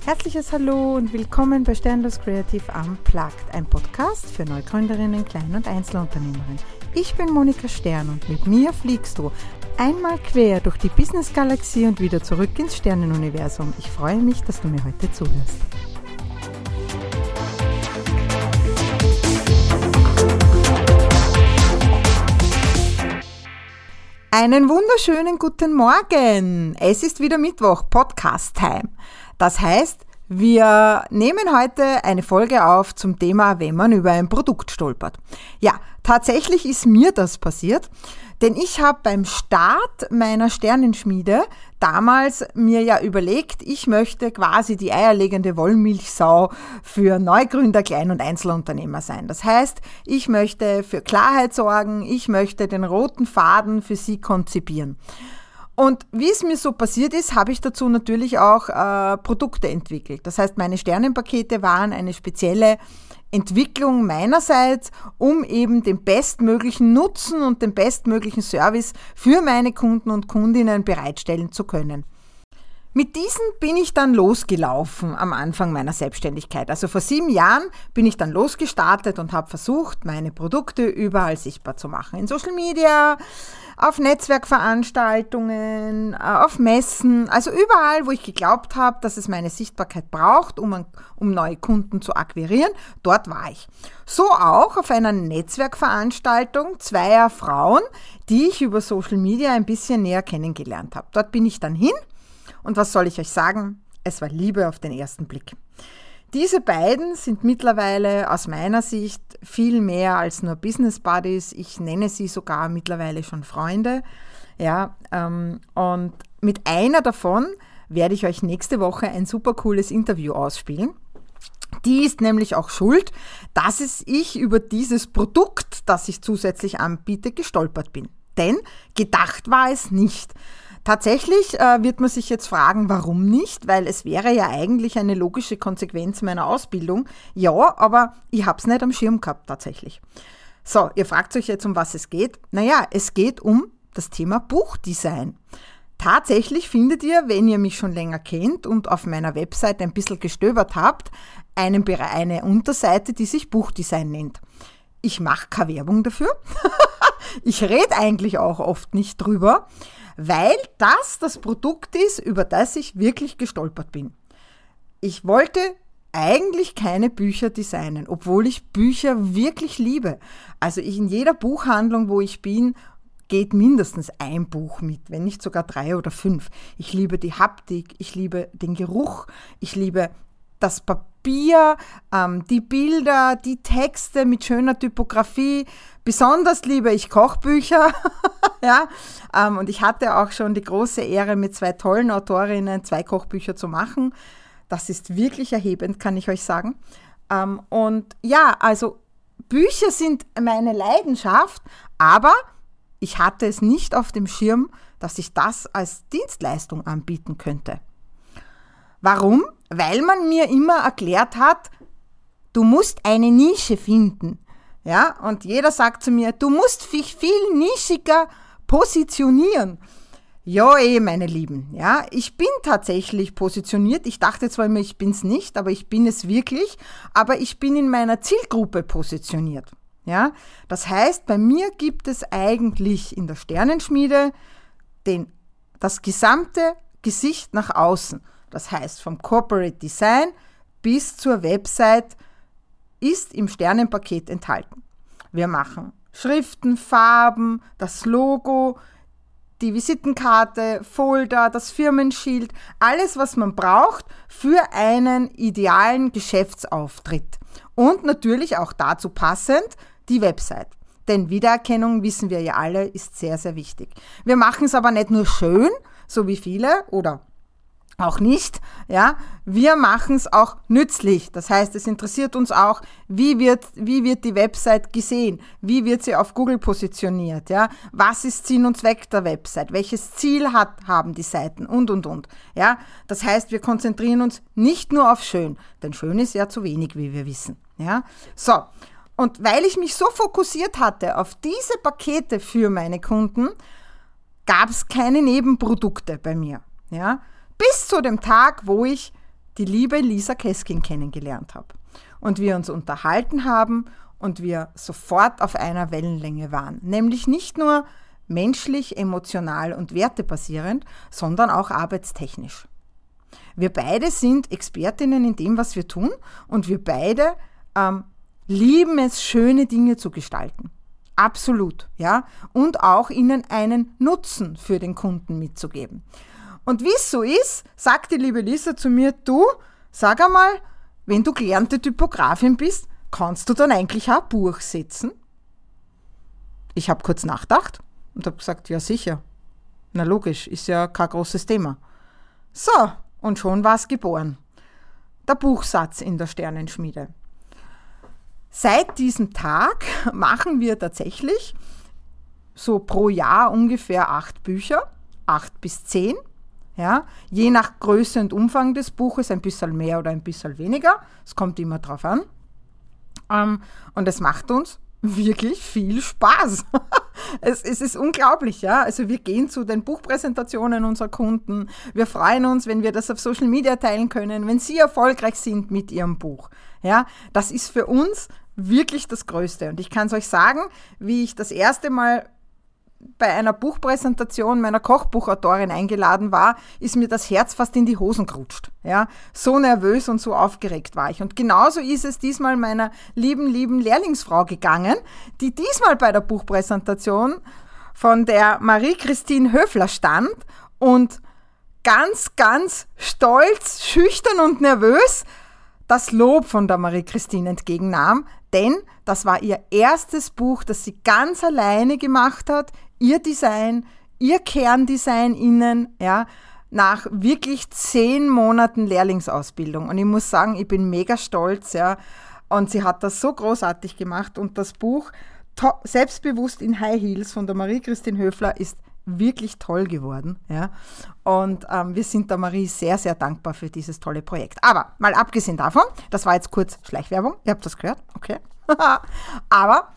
Herzliches Hallo und willkommen bei Sternlos Creative Unplugged, ein Podcast für Neugründerinnen, Klein- und Einzelunternehmerinnen. Ich bin Monika Stern und mit mir fliegst du einmal quer durch die Business-Galaxie und wieder zurück ins Sternenuniversum. Ich freue mich, dass du mir heute zuhörst. Einen wunderschönen guten Morgen. Es ist wieder Mittwoch, Podcast-Time. Das heißt, wir nehmen heute eine Folge auf zum Thema, wenn man über ein Produkt stolpert. Ja, tatsächlich ist mir das passiert, denn ich habe beim Start meiner Sternenschmiede damals mir ja überlegt, ich möchte quasi die eierlegende Wollmilchsau für Neugründer, Klein- und Einzelunternehmer sein. Das heißt, ich möchte für Klarheit sorgen, ich möchte den roten Faden für sie konzipieren. Und wie es mir so passiert ist, habe ich dazu natürlich auch Produkte entwickelt. Das heißt, meine Sternenpakete waren eine spezielle Entwicklung meinerseits, um eben den bestmöglichen Nutzen und den bestmöglichen Service für meine Kunden und Kundinnen bereitstellen zu können. Mit diesen bin ich dann losgelaufen am Anfang meiner Selbstständigkeit. Also vor 7 Jahren bin ich dann losgestartet und habe versucht, meine Produkte überall sichtbar zu machen. In Social Media, auf Netzwerkveranstaltungen, auf Messen, also überall, wo ich geglaubt habe, dass es meine Sichtbarkeit braucht, um neue Kunden zu akquirieren, dort war ich. So auch auf einer Netzwerkveranstaltung zweier Frauen, die ich über Social Media ein bisschen näher kennengelernt habe. Dort bin ich dann hin. Und was soll ich euch sagen? Es war Liebe auf den ersten Blick. Diese beiden sind mittlerweile aus meiner Sicht viel mehr als nur Business Buddies. Ich nenne sie sogar mittlerweile schon Freunde. Ja, und mit einer davon werde ich euch nächste Woche ein super cooles Interview ausspielen. Die ist nämlich auch schuld, dass ich über dieses Produkt, das ich zusätzlich anbiete, gestolpert bin. Denn gedacht war es nicht. Tatsächlich wird man sich jetzt fragen, warum nicht, weil es wäre ja eigentlich eine logische Konsequenz meiner Ausbildung. Ja, aber ich habe es nicht am Schirm gehabt tatsächlich. So, ihr fragt euch jetzt, um was es geht. Naja, es geht um das Thema Buchdesign. Tatsächlich findet ihr, wenn ihr mich schon länger kennt und auf meiner Website ein bisschen gestöbert habt, eine Unterseite, die sich Buchdesign nennt. Ich mache keine Werbung dafür. Ich rede eigentlich auch oft nicht drüber, weil das Produkt ist, über das ich wirklich gestolpert bin. Ich wollte eigentlich keine Bücher designen, obwohl ich Bücher wirklich liebe. Also in jeder Buchhandlung, wo ich bin, geht mindestens ein Buch mit, wenn nicht sogar 3 oder 5. Ich liebe die Haptik, ich liebe den Geruch, ich liebe das Papier, die Bilder, die Texte mit schöner Typografie. Besonders liebe ich Kochbücher. Ja, und ich hatte auch schon die große Ehre, mit 2 tollen Autorinnen 2 Kochbücher zu machen. Das ist wirklich erhebend, kann ich euch sagen. Und ja, also Bücher sind meine Leidenschaft, aber ich hatte es nicht auf dem Schirm, dass ich das als Dienstleistung anbieten könnte. Warum? Weil man mir immer erklärt hat, du musst eine Nische finden. Ja, und jeder sagt zu mir, du musst dich viel nischiger positionieren. Ja, meine Lieben, ja, ich bin tatsächlich positioniert. Ich dachte zwar immer, ich bin es nicht, aber ich bin es wirklich. Aber ich bin in meiner Zielgruppe positioniert. Ja, das heißt, bei mir gibt es eigentlich in der Sternenschmiede das gesamte Gesicht nach außen. Das heißt, vom Corporate Design bis zur Website ist im Sternenpaket enthalten. Wir machen Schriften, Farben, das Logo, die Visitenkarte, Folder, das Firmenschild, alles, was man braucht für einen idealen Geschäftsauftritt. Und natürlich auch dazu passend die Website. Denn Wiedererkennung, wissen wir ja alle, ist sehr, sehr wichtig. Wir machen es aber nicht nur schön, so wie viele oder auch nicht, ja, wir machen es auch nützlich. Das heißt, es interessiert uns auch, wie wird die Website gesehen, wie wird sie auf Google positioniert, ja, was ist Sinn und Zweck der Website, welches Ziel haben die Seiten und, ja. Das heißt, wir konzentrieren uns nicht nur auf schön, denn schön ist ja zu wenig, wie wir wissen, ja. So, und weil ich mich so fokussiert hatte auf diese Pakete für meine Kunden, gab es keine Nebenprodukte bei mir, ja. Bis zu dem Tag, wo ich die liebe Lisa Keskin kennengelernt habe und wir uns unterhalten haben und wir sofort auf einer Wellenlänge waren. Nämlich nicht nur menschlich, emotional und wertebasierend, sondern auch arbeitstechnisch. Wir beide sind Expertinnen in dem, was wir tun und wir beide lieben es, schöne Dinge zu gestalten. Absolut, ja. Und auch ihnen einen Nutzen für den Kunden mitzugeben. Und wie es so ist, sagt die liebe Lisa zu mir, du, sag einmal, wenn du gelernte Typografin bist, kannst du dann eigentlich auch ein Buch setzen? Ich habe kurz nachgedacht und habe gesagt, ja sicher. Na logisch, ist ja kein großes Thema. So, und schon war es geboren. Der Buchsatz in der Sternenschmiede. Seit diesem Tag machen wir tatsächlich so pro Jahr ungefähr 8 Bücher, 8 bis 10. Ja, je nach Größe und Umfang des Buches, ein bisschen mehr oder ein bisschen weniger. Es kommt immer drauf an. Und es macht uns wirklich viel Spaß. Es ist unglaublich, ja. Also wir gehen zu den Buchpräsentationen unserer Kunden. Wir freuen uns, wenn wir das auf Social Media teilen können, wenn sie erfolgreich sind mit ihrem Buch. Ja, das ist für uns wirklich das Größte. Und ich kann es euch sagen, wie ich das erste Mal bei einer Buchpräsentation meiner Kochbuchautorin eingeladen war, ist mir das Herz fast in die Hosen gerutscht. Ja, so nervös und so aufgeregt war ich. Und genauso ist es diesmal meiner lieben Lehrlingsfrau gegangen, die diesmal bei der Buchpräsentation von der Marie-Christine Höfler stand und ganz stolz, schüchtern und nervös das Lob von der Marie-Christine entgegennahm, denn das war ihr erstes Buch, das sie ganz alleine gemacht hat, ihr Design, ihr Kerndesign innen, ja, nach wirklich 10 Monaten Lehrlingsausbildung. Und ich muss sagen, ich bin mega stolz, ja, und sie hat das so großartig gemacht und das Buch Selbstbewusst in High Heels von der Marie-Christine Höfler ist wirklich toll geworden. Ja. Und wir sind der Marie sehr, sehr dankbar für dieses tolle Projekt. Aber mal abgesehen davon, das war jetzt kurz Schleichwerbung, ihr habt das gehört, okay. Aber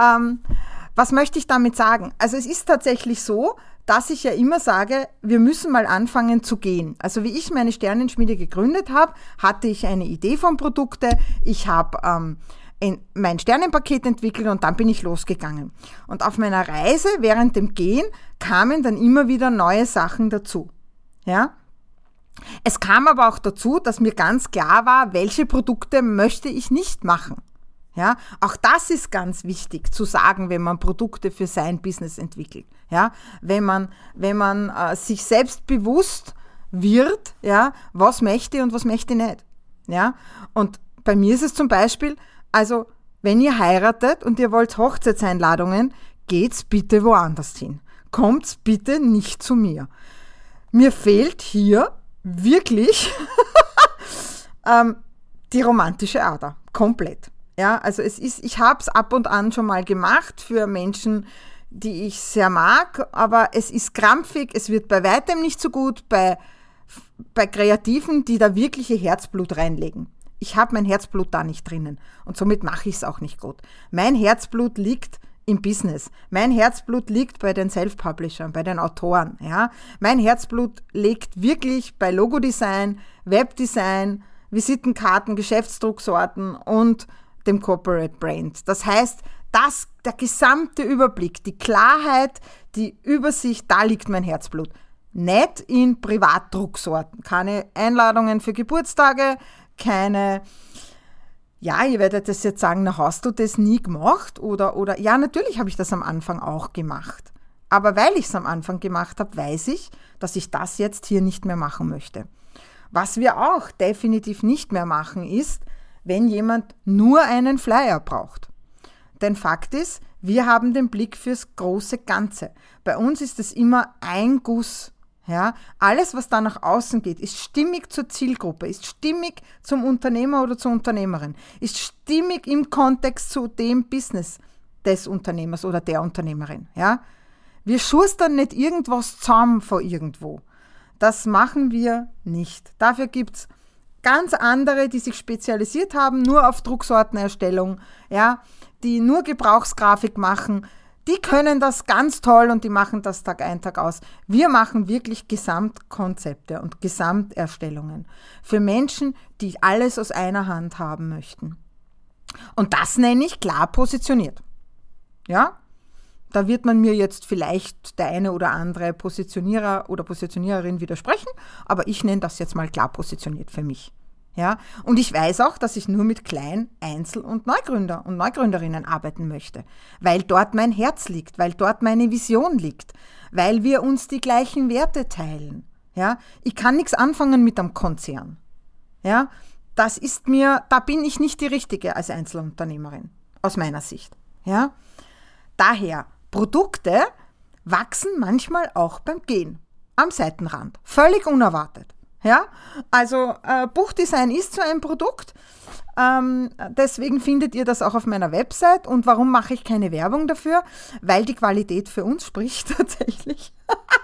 was möchte ich damit sagen? Also es ist tatsächlich so, dass ich ja immer sage, wir müssen mal anfangen zu gehen. Also wie ich meine Sternenschmiede gegründet habe, hatte ich eine Idee von Produkte, ich habe mein Sternenpaket entwickelt und dann bin ich losgegangen. Und auf meiner Reise während dem Gehen kamen dann immer wieder neue Sachen dazu. Ja? Es kam aber auch dazu, dass mir ganz klar war, welche Produkte möchte ich nicht machen. Ja? Auch das ist ganz wichtig zu sagen, wenn man Produkte für sein Business entwickelt. Ja? Wenn man sich selbst bewusst wird, ja, was möchte und was möchte nicht. Ja? Und bei mir ist es zum Beispiel, also, wenn ihr heiratet und ihr wollt Hochzeitseinladungen, geht's bitte woanders hin. Kommt's bitte nicht zu mir. Mir fehlt hier wirklich die romantische Ader. Komplett. Ja, also ich habe es ab und an schon mal gemacht für Menschen, die ich sehr mag, aber es ist krampfig, es wird bei weitem nicht so gut bei Kreativen, die da wirklich ihr Herzblut reinlegen. Ich habe mein Herzblut da nicht drinnen und somit mache ich es auch nicht gut. Mein Herzblut liegt im Business. Mein Herzblut liegt bei den Self-Publishern, bei den Autoren. Ja? Mein Herzblut liegt wirklich bei Logodesign, Webdesign, Visitenkarten, Geschäftsdrucksorten und dem Corporate Brand. Das heißt, der gesamte Überblick, die Klarheit, die Übersicht, da liegt mein Herzblut. Nicht in Privatdrucksorten. Keine Einladungen für Geburtstage, keine, ja, ihr werdet das jetzt sagen, na, hast du das nie gemacht? Oder ja, natürlich habe ich das am Anfang auch gemacht. Aber weil ich es am Anfang gemacht habe, weiß ich, dass ich das jetzt hier nicht mehr machen möchte. Was wir auch definitiv nicht mehr machen, ist, wenn jemand nur einen Flyer braucht. Denn Fakt ist, wir haben den Blick fürs große Ganze. Bei uns ist es immer ein Guss. Ja, alles, was da nach außen geht, ist stimmig zur Zielgruppe, ist stimmig zum Unternehmer oder zur Unternehmerin, ist stimmig im Kontext zu dem Business des Unternehmers oder der Unternehmerin. Ja? Wir schustern nicht irgendwas zusammen von irgendwo. Das machen wir nicht. Dafür gibt es ganz andere, die sich spezialisiert haben, nur auf Drucksortenerstellung, ja, die nur Gebrauchsgrafik machen, Die können das ganz toll und die machen das Tag ein, Tag aus. Wir machen wirklich Gesamtkonzepte und Gesamterstellungen für Menschen, die alles aus einer Hand haben möchten. Und das nenne ich klar positioniert. Ja? Da wird man mir jetzt vielleicht der eine oder andere Positionierer oder Positioniererin widersprechen, aber ich nenne das jetzt mal klar positioniert für mich. Ja? Und ich weiß auch, dass ich nur mit Klein-, Einzel- und Neugründer und Neugründerinnen arbeiten möchte, weil dort mein Herz liegt, weil dort meine Vision liegt, weil wir uns die gleichen Werte teilen. Ja? Ich kann nichts anfangen mit einem Konzern. Ja? Da bin ich nicht die Richtige als Einzelunternehmerin, aus meiner Sicht. Ja? Daher, Produkte wachsen manchmal auch beim Gehen, am Seitenrand, völlig unerwartet. Ja? Also Buchdesign ist so ein Produkt, deswegen findet ihr das auch auf meiner Website. Und warum mache ich keine Werbung dafür? Weil die Qualität für uns spricht tatsächlich.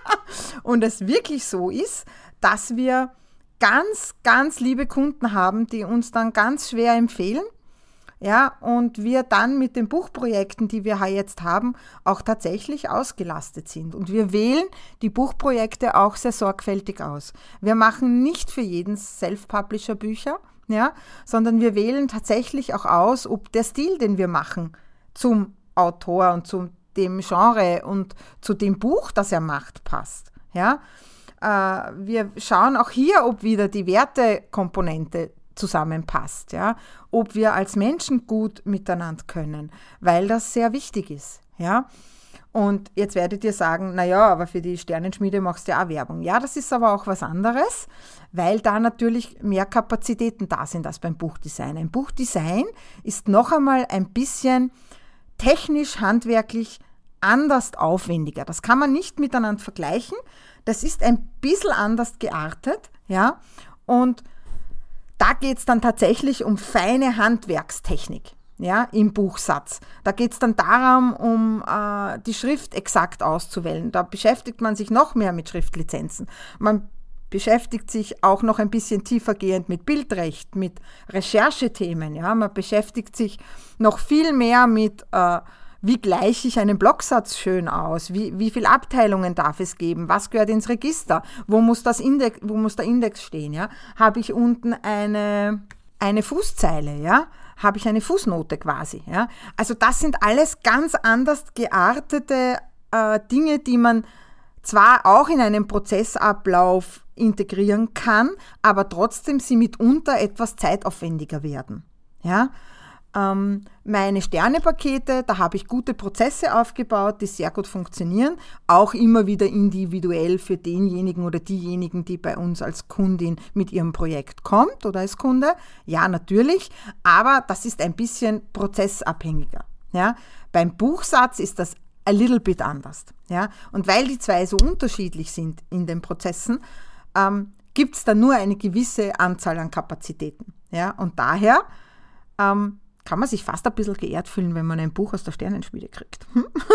Und es wirklich so ist, dass wir ganz, ganz liebe Kunden haben, die uns dann ganz schwer empfehlen. Ja, und wir dann mit den Buchprojekten, die wir jetzt haben, auch tatsächlich ausgelastet sind. Und wir wählen die Buchprojekte auch sehr sorgfältig aus. Wir machen nicht für jeden Self-Publisher Bücher, ja, sondern wir wählen tatsächlich auch aus, ob der Stil, den wir machen, zum Autor und zu dem Genre und zu dem Buch, das er macht, passt. Ja. Wir schauen auch hier, ob wieder die Wertekomponente zusammenpasst, ja, ob wir als Menschen gut miteinander können, weil das sehr wichtig ist, ja. Und jetzt werdet ihr sagen, naja, aber für die Sternenschmiede machst du ja auch Werbung. Ja, das ist aber auch was anderes, weil da natürlich mehr Kapazitäten da sind als beim Buchdesign. Ein Buchdesign ist noch einmal ein bisschen technisch, handwerklich anders aufwendiger. Das kann man nicht miteinander vergleichen. Das ist ein bisschen anders geartet, ja, und da geht es dann tatsächlich um feine Handwerkstechnik, ja, im Buchsatz. Da geht es dann darum, um die Schrift exakt auszuwählen. Da beschäftigt man sich noch mehr mit Schriftlizenzen. Man beschäftigt sich auch noch ein bisschen tiefergehend mit Bildrecht, mit Recherchethemen. Ja. Man beschäftigt sich noch viel mehr mit wie gleiche ich einen Blocksatz schön aus? Wie viele Abteilungen darf es geben? Was gehört ins Register? Wo muss der Index stehen? Ja? Habe ich unten eine Fußzeile? Ja? Habe ich eine Fußnote quasi? Ja? Also das sind alles ganz anders geartete Dinge, die man zwar auch in einen Prozessablauf integrieren kann, aber trotzdem sie mitunter etwas zeitaufwendiger werden. Ja? Meine Sternepakete, da habe ich gute Prozesse aufgebaut, die sehr gut funktionieren, auch immer wieder individuell für denjenigen oder diejenigen, die bei uns als Kundin mit ihrem Projekt kommt oder als Kunde. Ja, natürlich, aber das ist ein bisschen prozessabhängiger. Ja? Beim Buchsatz ist das a little bit anders. Ja? Und weil die zwei so unterschiedlich sind in den Prozessen, gibt es da nur eine gewisse Anzahl an Kapazitäten. Ja? Und daher kann man sich fast ein bisschen geehrt fühlen, wenn man ein Buch aus der Sternenschmiede kriegt.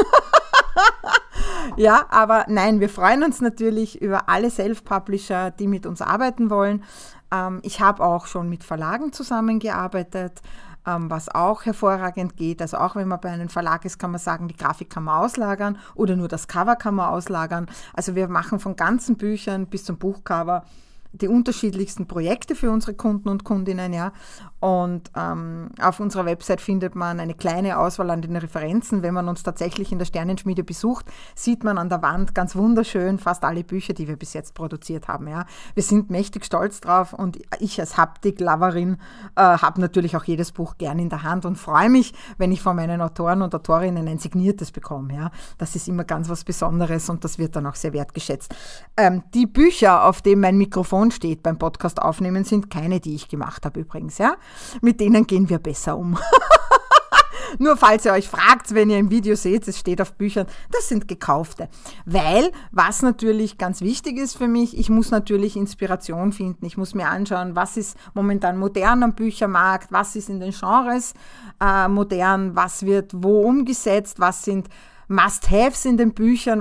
Ja, aber nein, wir freuen uns natürlich über alle Self-Publisher, die mit uns arbeiten wollen. Ich habe auch schon mit Verlagen zusammengearbeitet, was auch hervorragend geht. Also auch wenn man bei einem Verlag ist, kann man sagen, die Grafik kann man auslagern oder nur das Cover kann man auslagern. Also wir machen von ganzen Büchern bis zum Buchcover die unterschiedlichsten Projekte für unsere Kunden und Kundinnen, ja. Und auf unserer Website findet man eine kleine Auswahl an den Referenzen. Wenn man uns tatsächlich in der Sternenschmiede besucht, sieht man an der Wand ganz wunderschön fast alle Bücher, die wir bis jetzt produziert haben, ja. Wir sind mächtig stolz drauf und ich als Haptik-Loverin habe natürlich auch jedes Buch gern in der Hand und freue mich, wenn ich von meinen Autoren und Autorinnen ein signiertes bekomme, ja. Das ist immer ganz was Besonderes und das wird dann auch sehr wertgeschätzt. Die Bücher, auf denen mein Mikrofon steht beim Podcast aufnehmen, sind keine, die ich gemacht habe übrigens, ja. Mit denen gehen wir besser um. Nur falls ihr euch fragt, wenn ihr im Video seht, es steht auf Büchern, das sind gekaufte. Weil, was natürlich ganz wichtig ist für mich, ich muss natürlich Inspiration finden. Ich muss mir anschauen, was ist momentan modern am Büchermarkt, was ist in den Genres modern, was wird wo umgesetzt, was sind Must-Haves in den Büchern, was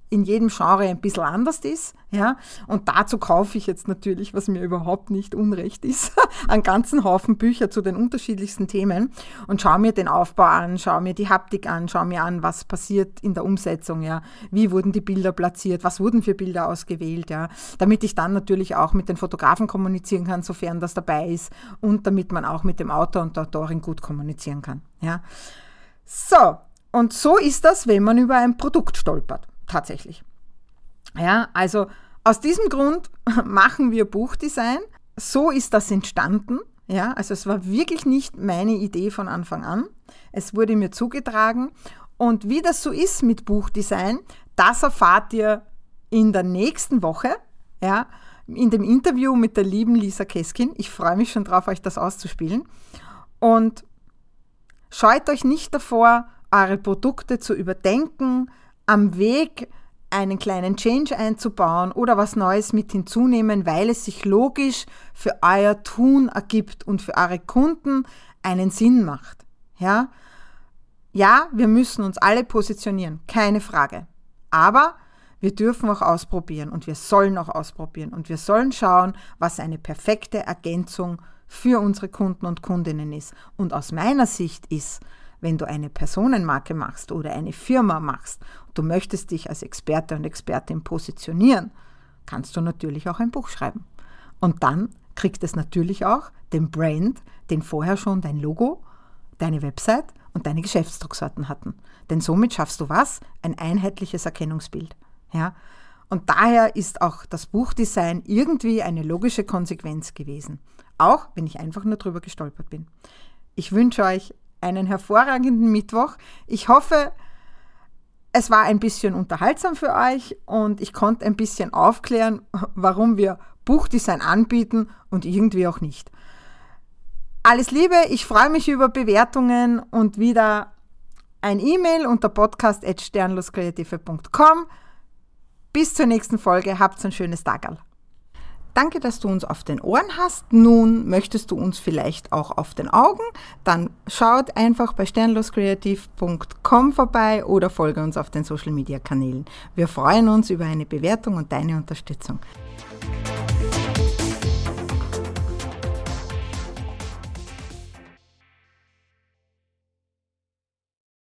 in jedem Genre ein bisschen anders ist. Ja? Und dazu kaufe ich jetzt natürlich, was mir überhaupt nicht unrecht ist, einen ganzen Haufen Bücher zu den unterschiedlichsten Themen und schaue mir den Aufbau an, schaue mir die Haptik an, schaue mir an, was passiert in der Umsetzung, ja? Wie wurden die Bilder platziert, was wurden für Bilder ausgewählt, ja? Damit ich dann natürlich auch mit den Fotografen kommunizieren kann, sofern das dabei ist, und damit man auch mit dem Autor und der Autorin gut kommunizieren kann. Ja? So, und so ist das, wenn man über ein Produkt stolpert. Tatsächlich. Ja, also aus diesem Grund machen wir Buchdesign. So ist das entstanden. Ja, also es war wirklich nicht meine Idee von Anfang an. Es wurde mir zugetragen. Und wie das so ist mit Buchdesign, das erfahrt ihr in der nächsten Woche, ja, in dem Interview mit der lieben Lisa Keskin. Ich freue mich schon drauf, euch das auszuspielen. Und scheut euch nicht davor, eure Produkte zu überdenken, am Weg einen kleinen Change einzubauen oder was Neues mit hinzunehmen, weil es sich logisch für euer Tun ergibt und für eure Kunden einen Sinn macht. Ja, wir müssen uns alle positionieren, keine Frage. Aber wir dürfen auch ausprobieren und wir sollen auch ausprobieren und wir sollen schauen, was eine perfekte Ergänzung für unsere Kunden und Kundinnen ist. Und aus meiner Sicht ist, wenn du eine Personenmarke machst oder eine Firma machst und du möchtest dich als Experte und Expertin positionieren, kannst du natürlich auch ein Buch schreiben. Und dann kriegt es natürlich auch den Brand, den vorher schon dein Logo, deine Website und deine Geschäftsdrucksorten hatten. Denn somit schaffst du was? Ein einheitliches Erkennungsbild. Ja? Und daher ist auch das Buchdesign irgendwie eine logische Konsequenz gewesen. Auch wenn ich einfach nur drüber gestolpert bin. Ich wünsche euch einen hervorragenden Mittwoch. Ich hoffe, es war ein bisschen unterhaltsam für euch und ich konnte ein bisschen aufklären, warum wir Buchdesign anbieten und irgendwie auch nicht. Alles Liebe, ich freue mich über Bewertungen und wieder ein E-Mail unter podcast@sternloskreative.com. Bis zur nächsten Folge, habt ein schönes Tagerl. Danke, dass du uns auf den Ohren hast. Nun möchtest du uns vielleicht auch auf den Augen? Dann schaut einfach bei sternloskreativ.com vorbei oder folge uns auf den Social-Media-Kanälen. Wir freuen uns über eine Bewertung und deine Unterstützung.